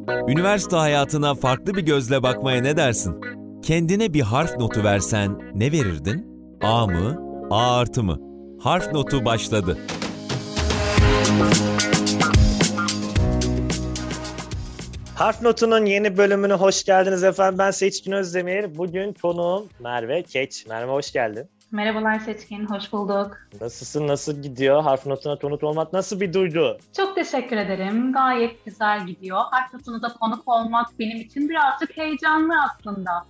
Üniversite hayatına farklı bir gözle bakmaya ne dersin? Kendine bir harf notu versen ne verirdin? A mı? A artı mı? Harf notu başladı. Harf Notu'nun yeni bölümüne hoş geldiniz efendim. Ben Seçkin Özdemir. Bugün konuğum Merve Keç. Merve hoş geldin. Merhabalar Seçkin, hoş bulduk. Nasılsın, nasıl gidiyor? Harf Notu'na konuk olmak nasıl bir duygu? Çok teşekkür ederim. Gayet güzel gidiyor. Harf Notu'na konuk olmak benim için birazcık heyecanlı aslında.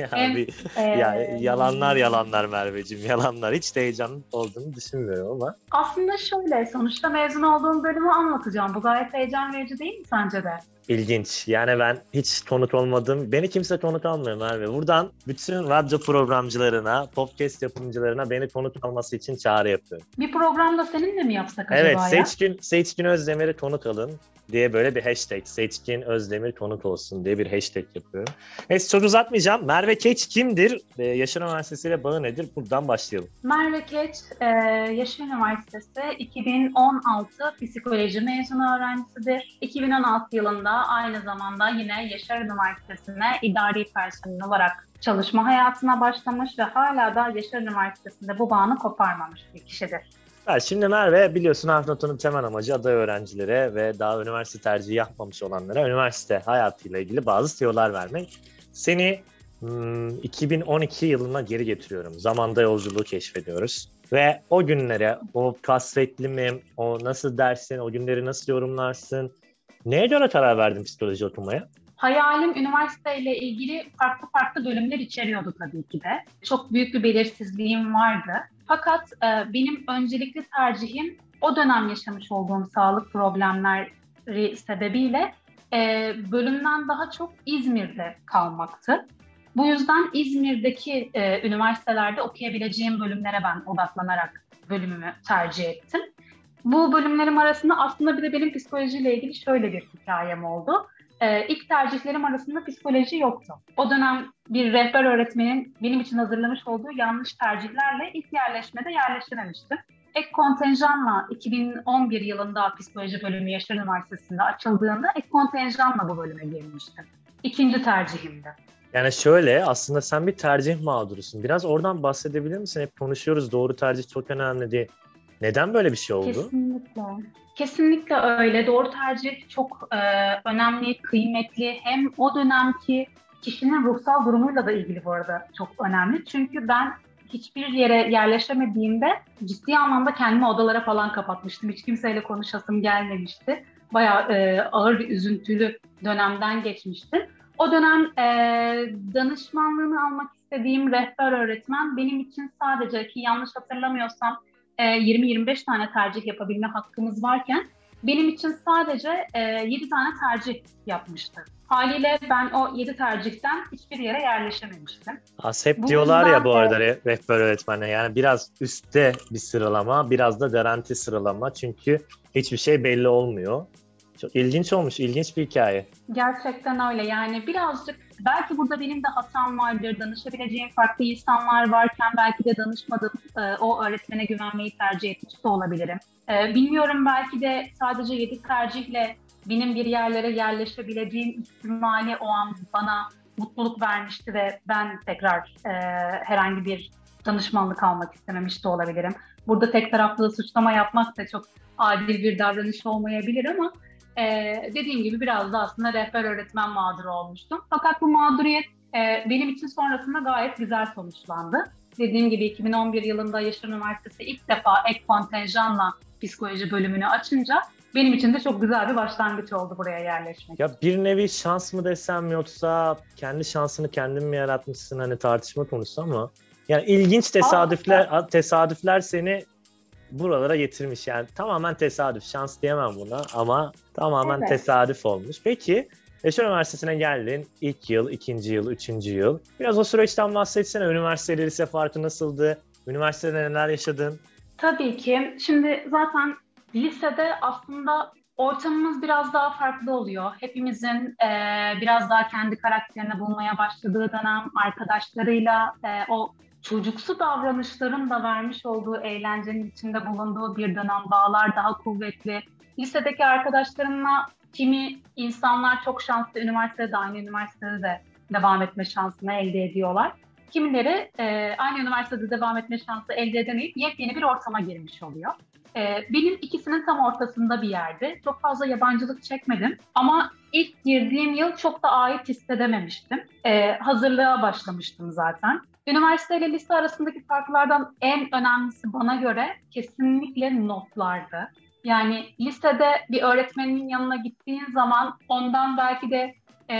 Yalanlar Merveciğim, yalanlar. Hiç de heyecanlı olduğunu düşünmüyorum ama. Aslında şöyle, sonuçta mezun olduğum bölümü anlatacağım. Bu gayet heyecan verici değil mi sence de? İlginç. Yani ben hiç konuk olmadım. Beni kimse konuk almıyor Merve. Buradan bütün radyo programcılarına, podcast yapımcılarına beni konuk alması için çağrı yapıyorum. Bir programda seninle mi yapsak evet, acaba ya? Seçkin Özdemir'i konuk alın diye böyle bir hashtag. Seçkin Özdemir konuk olsun diye bir hashtag yapıyorum. Neyse çok uzatmayacağım. Merve Keç kimdir? Yaşar Üniversitesi ile bağı nedir? Buradan başlayalım. Merve Keç, Yaşar Üniversitesi 2016 psikoloji mezunu öğrencisidir. 2016 yılında aynı zamanda yine Yaşar Üniversitesi'ne idari personel olarak çalışma hayatına başlamış ve hala da Yaşar Üniversitesi'nde bu bağını koparmamış bir kişidir. Şimdi Merve biliyorsun Harf Notu'nun temel amacı aday öğrencilere ve daha üniversite tercihi yapmamış olanlara üniversite hayatıyla ilgili bazı tiyolar vermek. Seni 2012 yılına geri getiriyorum. Zamanda yolculuğu keşfediyoruz. Ve o günlere, o kasvetli mi, o nasıl dersin, o günleri nasıl yorumlarsın? Neye göre karar verdin psikoloji okumaya? Hayalim üniversiteyle ilgili farklı bölümler içeriyordu tabii ki de. Çok büyük bir belirsizliğim vardı. Fakat benim öncelikli tercihim o dönem yaşamış olduğum sağlık problemleri sebebiyle bölümden daha çok İzmir'de kalmaktı. Bu yüzden İzmir'deki üniversitelerde okuyabileceğim bölümlere ben odaklanarak bölümümü tercih ettim. Bu bölümlerim arasında aslında bir de benim psikolojiyle ilgili şöyle bir hikayem oldu. İlk tercihlerim arasında psikoloji yoktu. O dönem bir rehber öğretmenin benim için hazırlamış olduğu yanlış tercihlerle ilk yerleşmede yerleştirememiştim. Ek kontenjanla 2011 yılında psikoloji bölümü Yaşar Üniversitesi'nde açıldığında ek kontenjanla bu bölüme girmiştim. İkinci tercihimdi. Yani şöyle aslında sen bir tercih mağdurusun. Biraz oradan bahsedebilir misin? Hep konuşuyoruz doğru tercih çok önemli diye. Neden böyle bir şey oldu? Kesinlikle. Kesinlikle öyle. Doğru tercih çok önemli, kıymetli. Hem o dönemki kişinin ruhsal durumuyla da ilgili bu arada çok önemli. Çünkü ben hiçbir yere yerleşemediğimde ciddi anlamda kendimi odalara falan kapatmıştım. Hiç kimseyle konuşasım gelmemişti. Bayağı ağır bir üzüntülü dönemden geçmiştim. O dönem danışmanlığını almak istediğim rehber öğretmen benim için sadece ki yanlış hatırlamıyorsam 20-25 tane tercih yapabilme hakkımız varken benim için sadece 7 tane tercih yapmıştı. Haliyle ben o 7 tercihten hiçbir yere yerleşememiştim. Hep diyorlar ya bu arada rehber öğretmenle yani biraz üstte bir sıralama, biraz da garanti sıralama çünkü hiçbir şey belli olmuyor. Çok ilginç olmuş, ilginç bir hikaye. Gerçekten öyle yani birazcık belki burada benim de hatam vardır, danışabileceğim farklı insanlar varken belki de danışmadım, o öğretmene güvenmeyi tercih etmiş de olabilirim. Bilmiyorum belki de sadece 7 tercihle benim bir yerlere yerleşebileceğim ihtimali o an bana mutluluk vermişti ve ben tekrar herhangi bir danışmanlık almak istememiş de olabilirim. Burada tek taraflı suçlama yapmak da çok adil bir davranış olmayabilir ama dediğim gibi biraz da aslında rehber öğretmen mağduru olmuştum. Fakat bu mağduriyet benim için sonrasında gayet güzel sonuçlandı. Dediğim gibi 2011 yılında Yaşar Üniversitesi ilk defa ek kontenjanla psikoloji bölümünü açınca benim için de çok güzel bir başlangıç oldu buraya yerleşmek. Ya bir nevi şans mı desem yoksa kendi şansını kendin mi yaratmışsın hani tartışma konusu ama yani ilginç tesadüfler seni buralara getirmiş yani tamamen tesadüf, şans diyemem buna ama tamamen tesadüf olmuş. Peki Yaşar Üniversitesi'ne geldin ilk yıl, ikinci yıl, üçüncü yıl. Biraz o süreçten bahsetsene. Üniversite ile lise farkı nasıldı? Üniversitede neler yaşadın? Tabii ki. Şimdi zaten lisede aslında ortamımız biraz daha farklı oluyor. Hepimizin biraz daha kendi karakterini bulmaya başladığı dönem arkadaşlarıyla o çocuksu davranışların da vermiş olduğu eğlencenin içinde bulunduğu bir dönem, bağlar daha kuvvetli. Lisedeki arkadaşlarımla kimi insanlar çok şanslı, üniversitede aynı üniversitede de devam etme şansını elde ediyorlar. Kimileri aynı üniversitede devam etme şansı elde edemeyip yepyeni bir ortama girmiş oluyor. Benim ikisinin tam ortasında bir yerde. Çok fazla yabancılık çekmedim ama ilk girdiğim yıl çok da ait hissedememiştim. Hazırlığa başlamıştım zaten. Üniversite ile lise arasındaki farklardan en önemlisi bana göre kesinlikle notlardı. Yani lisede bir öğretmenin yanına gittiğin zaman ondan belki de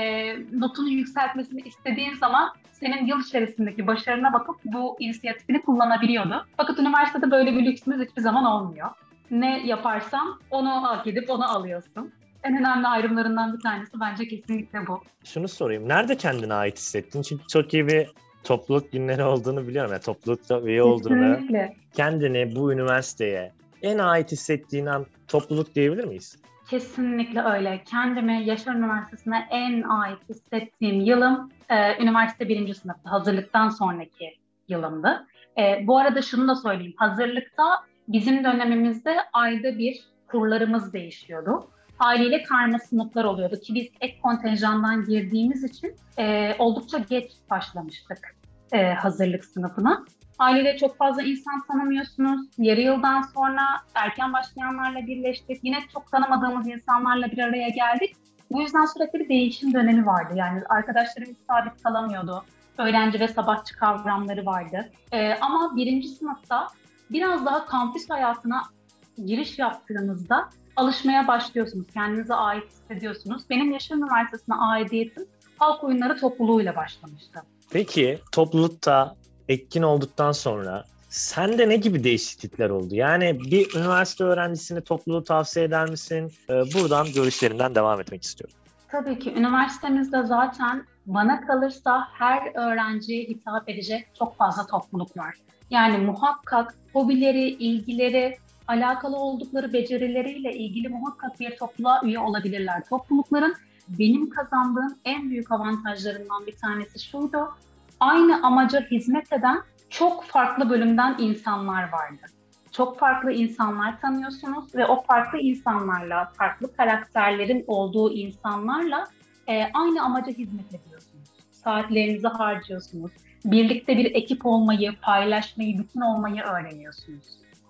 notunu yükseltmesini istediğin zaman senin yıl içerisindeki başarına bakıp bu inisiyatifini kullanabiliyordu. Fakat üniversitede böyle bir lüksümüz hiçbir zaman olmuyor. Ne yaparsan onu hak edip onu alıyorsun. En önemli ayrımlarından bir tanesi bence kesinlikle bu. Şunu sorayım. Nerede kendine ait hissettin? Çünkü çok iyi bir topluluk günleri olduğunu biliyorum. Yani toplulukta üye olduğunu. Kesinlikle. Kendini bu üniversiteye en ait hissettiğin an topluluk diyebilir miyiz? Kesinlikle öyle. Kendimi Yaşar Üniversitesi'ne en ait hissettiğim yılım üniversite 1. sınıfta, hazırlıktan sonraki yılımdı. Bu arada şunu da söyleyeyim. Hazırlıkta bizim dönemimizde ayda bir kurlarımız değişiyordu. Haliyle karma sınıflar oluyordu ki biz ek kontenjandan girdiğimiz için oldukça geç başlamıştık hazırlık sınıfına. Haliyle çok fazla insan tanımıyorsunuz. Yarı yıldan sonra erken başlayanlarla birleştik. Yine çok tanımadığımız insanlarla bir araya geldik. Bu yüzden sürekli bir değişim dönemi vardı. Yani arkadaşlarımız sabit kalamıyordu. Öğrenci ve sabahçı kavramları vardı. Ama 1. sınıfta biraz daha kampüs hayatına giriş yaptığınızda alışmaya başlıyorsunuz. Kendinize ait hissediyorsunuz. Benim Yaşar Üniversitesi'ne aidiyetim halk oyunları topluluğuyla başlamıştı. Peki toplulukta etkin olduktan sonra sende ne gibi değişiklikler oldu? Yani bir üniversite öğrencisine topluluğu tavsiye eder misin? Buradan görüşlerinden devam etmek istiyorum. Tabii ki üniversitemizde zaten bana kalırsa her öğrenciye hitap edecek çok fazla topluluk var. Yani muhakkak hobileri, ilgileri, alakalı oldukları becerileriyle ilgili muhakkak bir topluluğa üye olabilirler. Toplulukların benim kazandığım en büyük avantajlarından bir tanesi şuydu. Aynı amaca hizmet eden çok farklı bölümden insanlar vardı. Çok farklı insanlar tanıyorsunuz ve o farklı insanlarla, farklı karakterlerin olduğu insanlarla aynı amaca hizmet ediyorsunuz. Saatlerinizi harcıyorsunuz. Birlikte bir ekip olmayı, paylaşmayı, bütün olmayı öğreniyorsunuz.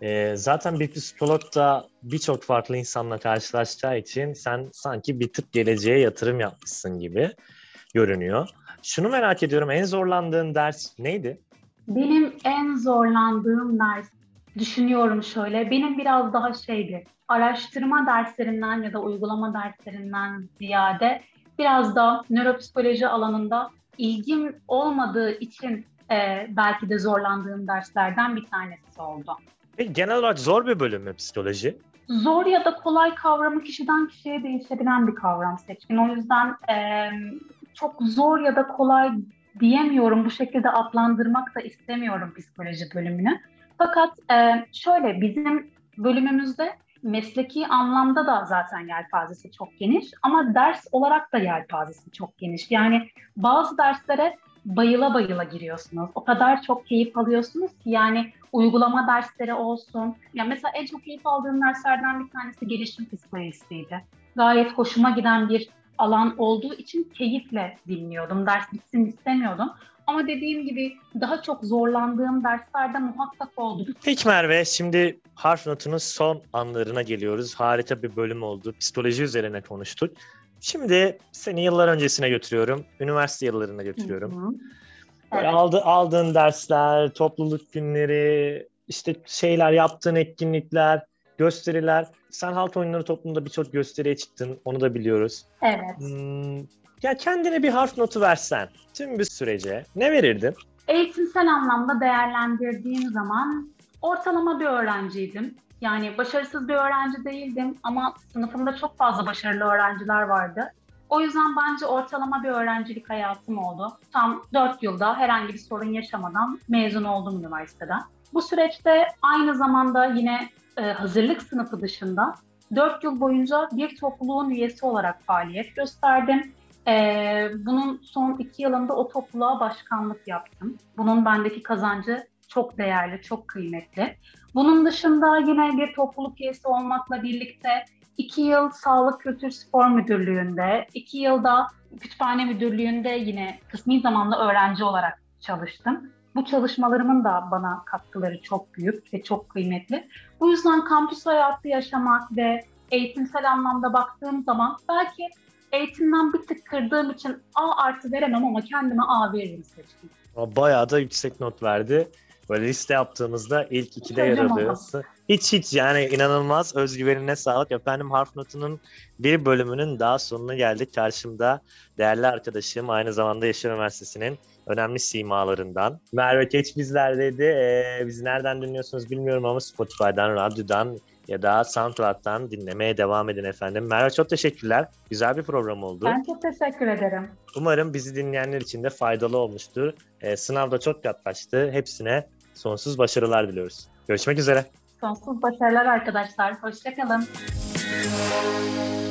Zaten bir psikolog da birçok farklı insanla karşılaşacağı için sen sanki bir tık geleceğe yatırım yapmışsın gibi görünüyor. Şunu merak ediyorum, en zorlandığın ders neydi? Benim en zorlandığım ders, düşünüyorum şöyle, benim biraz daha araştırma derslerinden ya da uygulama derslerinden ziyade biraz da nöropsikoloji alanında ilgim olmadığı için belki de zorlandığım derslerden bir tanesi oldu. Genel olarak zor bir bölüm mü psikoloji? Zor ya da kolay kavramı kişiden kişiye değişebilen bir kavram Seçkin. O yüzden çok zor ya da kolay diyemiyorum. Bu şekilde adlandırmak da istemiyorum psikoloji bölümünü. Fakat şöyle, bizim bölümümüzde mesleki anlamda da zaten yelpazesi çok geniş ama ders olarak da yelpazesi çok geniş. Yani bazı derslere bayıla bayıla giriyorsunuz. O kadar çok keyif alıyorsunuz ki yani uygulama dersleri olsun. Ya mesela en çok keyif aldığım derslerden bir tanesi gelişim psikolojisiydi. Gayet hoşuma giden bir alan olduğu için keyifle dinliyordum. Ders bitsin istemiyordum. Ama dediğim gibi daha çok zorlandığım derslerde muhakkak oldu. Peki Merve, şimdi harf notunun son anlarına geliyoruz. Harika bir bölüm oldu. Psikoloji üzerine konuştuk. Şimdi seni yıllar öncesine götürüyorum. Üniversite yıllarına götürüyorum. Hı-hı. Böyle Evet. aldığın dersler, topluluk günleri, işte yaptığın etkinlikler, gösteriler. Sen halk oyunları toplumunda birçok gösteriye çıktın. Onu da biliyoruz. Evet. Ya kendine bir harf notu versen tüm bir sürece ne verirdin? Eğitimsel anlamda değerlendirdiğim zaman ortalama bir öğrenciydim. Yani başarısız bir öğrenci değildim ama sınıfımda çok fazla başarılı öğrenciler vardı. O yüzden bence ortalama bir öğrencilik hayatım oldu. Tam 4 yılda herhangi bir sorun yaşamadan mezun oldum üniversiteden. Bu süreçte aynı zamanda yine hazırlık sınıfı dışında 4 yıl boyunca bir topluluğun üyesi olarak faaliyet gösterdim. Bunun son 2 yılında o topluluğa başkanlık yaptım. Bunun bendeki kazancı çok değerli, çok kıymetli. Bunun dışında yine bir topluluk üyesi olmakla birlikte 2 yıl Sağlık Kültür Spor Müdürlüğü'nde, 2 yılda Kütüphane Müdürlüğü'nde yine kısmi zamanlı öğrenci olarak çalıştım. Bu çalışmalarımın da bana katkıları çok büyük ve çok kıymetli. Bu yüzden kampüs hayatı yaşamak ve eğitimsel anlamda baktığım zaman belki eğitimden bir tık kırdığım için A artı veremem ama kendime A veririm seçtim. Bayağı da yüksek not verdi. Böyle liste yaptığımızda ilk 2'de yer Hocam alıyorsun. Hiç yani inanılmaz, özgüvenine sağlık. Efendim, Harf Notu'nun bir bölümünün daha sonuna geldik. Karşımda değerli arkadaşım, aynı zamanda Yaşar Üniversitesi'nin önemli simalarından Merve Keç bizlerdeydi. Bizi nereden dinliyorsunuz bilmiyorum ama Spotify'dan, radyodan ya da SoundCloud'dan dinlemeye devam edin efendim. Merve, çok teşekkürler. Güzel bir program oldu. Ben çok teşekkür ederim. Umarım bizi dinleyenler için de faydalı olmuştur. Sınavda çok yaklaştı. Hepsine sonsuz başarılar diliyoruz. Görüşmek üzere. Sonsuz başarılar arkadaşlar. Hoşça kalın.